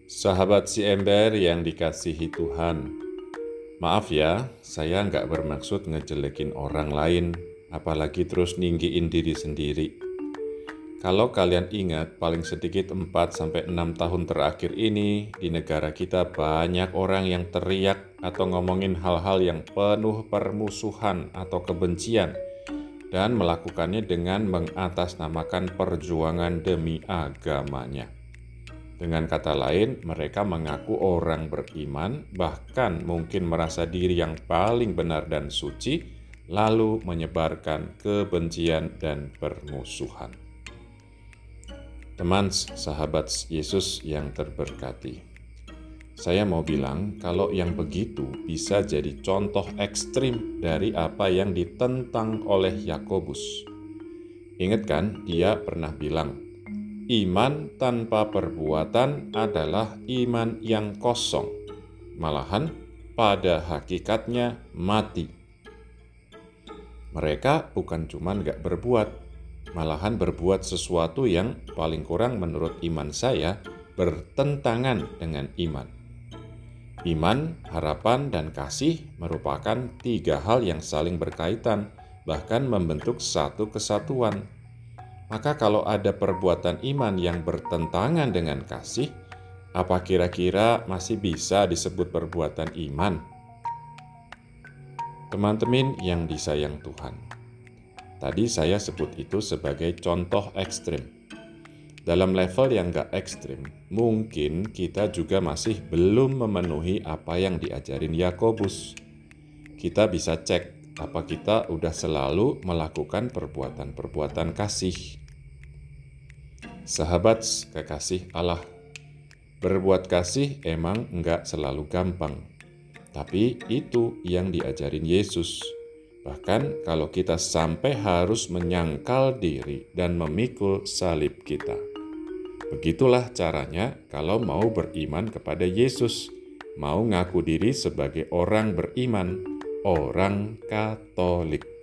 Sahabat si ember yang dikasihi Tuhan, maaf ya, saya nggak bermaksud ngejelekin orang lain, apalagi terus ninggiin diri sendiri. Kalau kalian ingat, paling sedikit 4-6 tahun terakhir ini, di negara kita banyak orang yang teriak atau ngomongin hal-hal yang penuh permusuhan atau kebencian, dan melakukannya dengan mengatasnamakan perjuangan demi agamanya. Dengan kata lain, mereka mengaku orang beriman, bahkan mungkin merasa diri yang paling benar dan suci, lalu menyebarkan kebencian dan permusuhan. Teman sahabat Yesus yang terberkati, saya mau bilang kalau yang begitu bisa jadi contoh ekstrim dari apa yang ditentang oleh Yakobus. Ingat kan, dia pernah bilang, iman tanpa perbuatan adalah iman yang kosong, malahan pada hakikatnya mati. Mereka bukan cuma gak berbuat, malahan berbuat sesuatu yang paling kurang menurut iman saya bertentangan dengan iman. Iman, harapan, dan kasih merupakan 3 hal yang saling berkaitan, bahkan membentuk satu kesatuan. Maka kalau ada perbuatan iman yang bertentangan dengan kasih, apa kira-kira masih bisa disebut perbuatan iman? Teman-teman yang disayang Tuhan, tadi saya sebut itu sebagai contoh ekstrim. Dalam level yang gak ekstrim, mungkin kita juga masih belum memenuhi apa yang diajarin Yakobus. Kita bisa cek apa kita udah selalu melakukan perbuatan-perbuatan kasih. Sahabat kekasih Allah, berbuat kasih emang enggak selalu gampang, tapi itu yang diajarin Yesus. Bahkan kalau kita sampai harus menyangkal diri dan memikul salib kita. Begitulah caranya kalau mau beriman kepada Yesus, mau ngaku diri sebagai orang beriman, orang Katolik.